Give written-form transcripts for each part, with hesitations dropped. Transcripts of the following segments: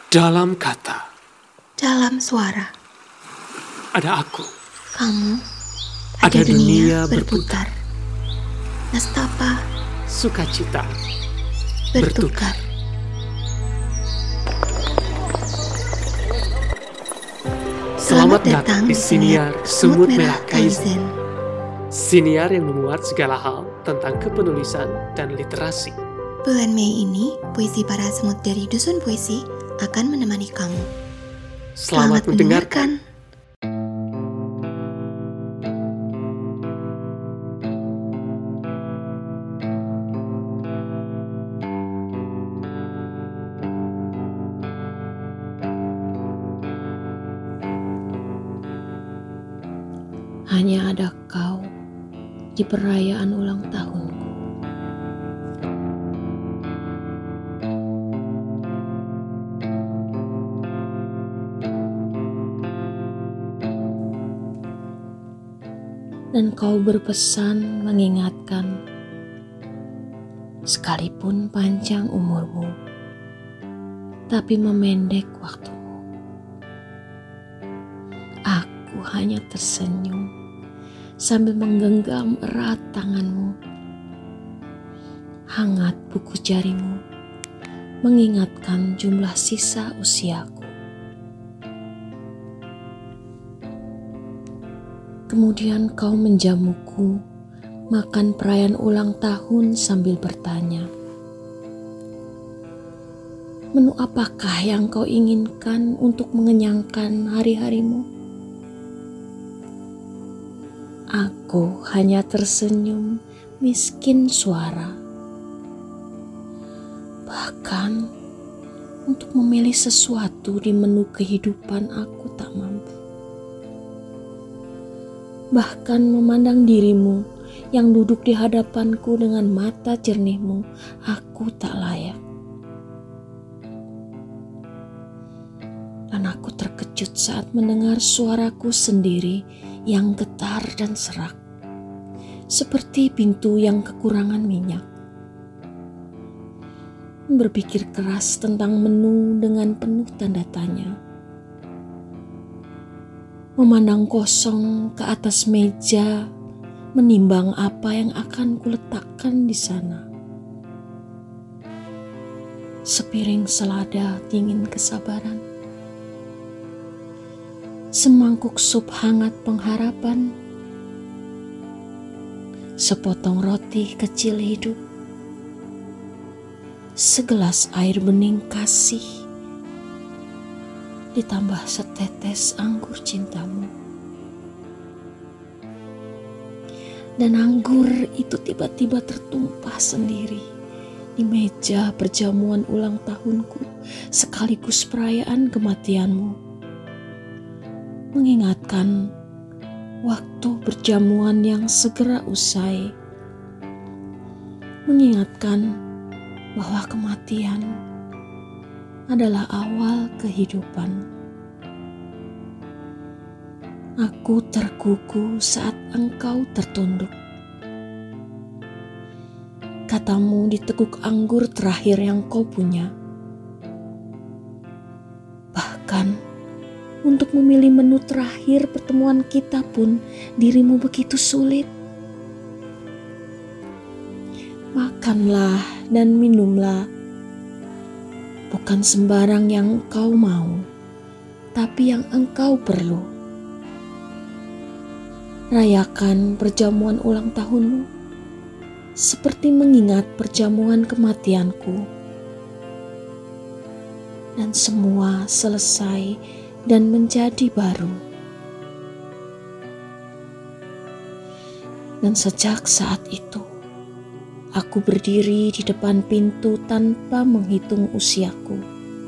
Dalam kata, dalam suara, ada aku. kamu, Ada dunia berputar. Nastapa Sukacita bertukar. Selamat datang di Siniar Semut Merah Kaizen. Siniar yang memuat segala hal tentang kepenulisan dan literasi. Bulan Mei ini, puisi para semut dari Dusun Puisi akan menemani kamu. Selamat mendengarkan. Hanya ada kau di perayaan ulang tahunku. Dan kau berpesan mengingatkan, sekalipun panjang umurmu, tapi memendek waktumu. Aku hanya tersenyum sambil menggenggam erat tanganmu. Hangat buku jarimu mengingatkan jumlah sisa usiaku. Kemudian kau menjamuku makan perayaan ulang tahun sambil bertanya, menu apakah yang kau inginkan untuk mengenyangkan hari-harimu? Aku hanya tersenyum miskin suara. Bahkan untuk memilih sesuatu di menu kehidupan aku tak mampu. Bahkan memandang dirimu yang duduk di hadapanku dengan mata jernihmu, aku tak layak. Dan aku terkejut saat mendengar suaraku sendiri yang getar dan serak, seperti pintu yang kekurangan minyak. Berpikir keras tentang menu dengan penuh tanda tanya. Memandang kosong ke atas meja, menimbang apa yang akan kuletakkan di sana. Sepiring selada dingin kesabaran, semangkuk sup hangat pengharapan, sepotong roti kecil hidup, segelas air bening kasih, ditambah setetes anggur cintamu. Dan anggur itu tiba-tiba tertumpah sendiri di meja perjamuan ulang tahunku sekaligus perayaan kematianmu. Mengingatkan waktu perjamuan yang segera usai. Mengingatkan bahwa kematian adalah awal kehidupan. Aku terkuku saat engkau tertunduk. Katamu diteguk anggur terakhir yang kau punya. Bahkan untuk memilih menu terakhir pertemuan kita pun dirimu begitu sulit. Makanlah dan minumlah. Bukan sembarang yang engkau mau, tapi yang engkau perlu. Rayakan perjamuan ulang tahunmu seperti mengingat perjamuan kematianku. Dan semua selesai dan menjadi baru. Dan sejak saat itu, aku berdiri di depan pintu tanpa menghitung usiaku.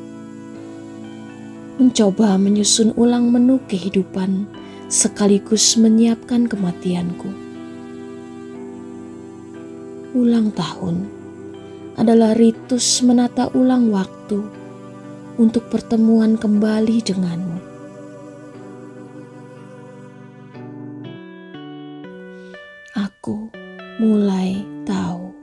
Mencoba menyusun ulang menu kehidupan sekaligus menyiapkan kematianku. Ulang tahun adalah ritus menata ulang waktu untuk pertemuan kembali denganmu. Aku mulai tahu.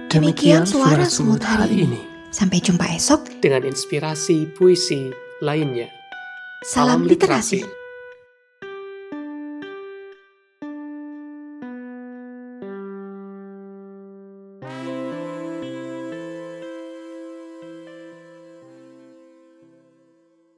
Demikian suara semut hari ini. Sampai jumpa esok. Dengan inspirasi puisi lainnya. Salam literasi.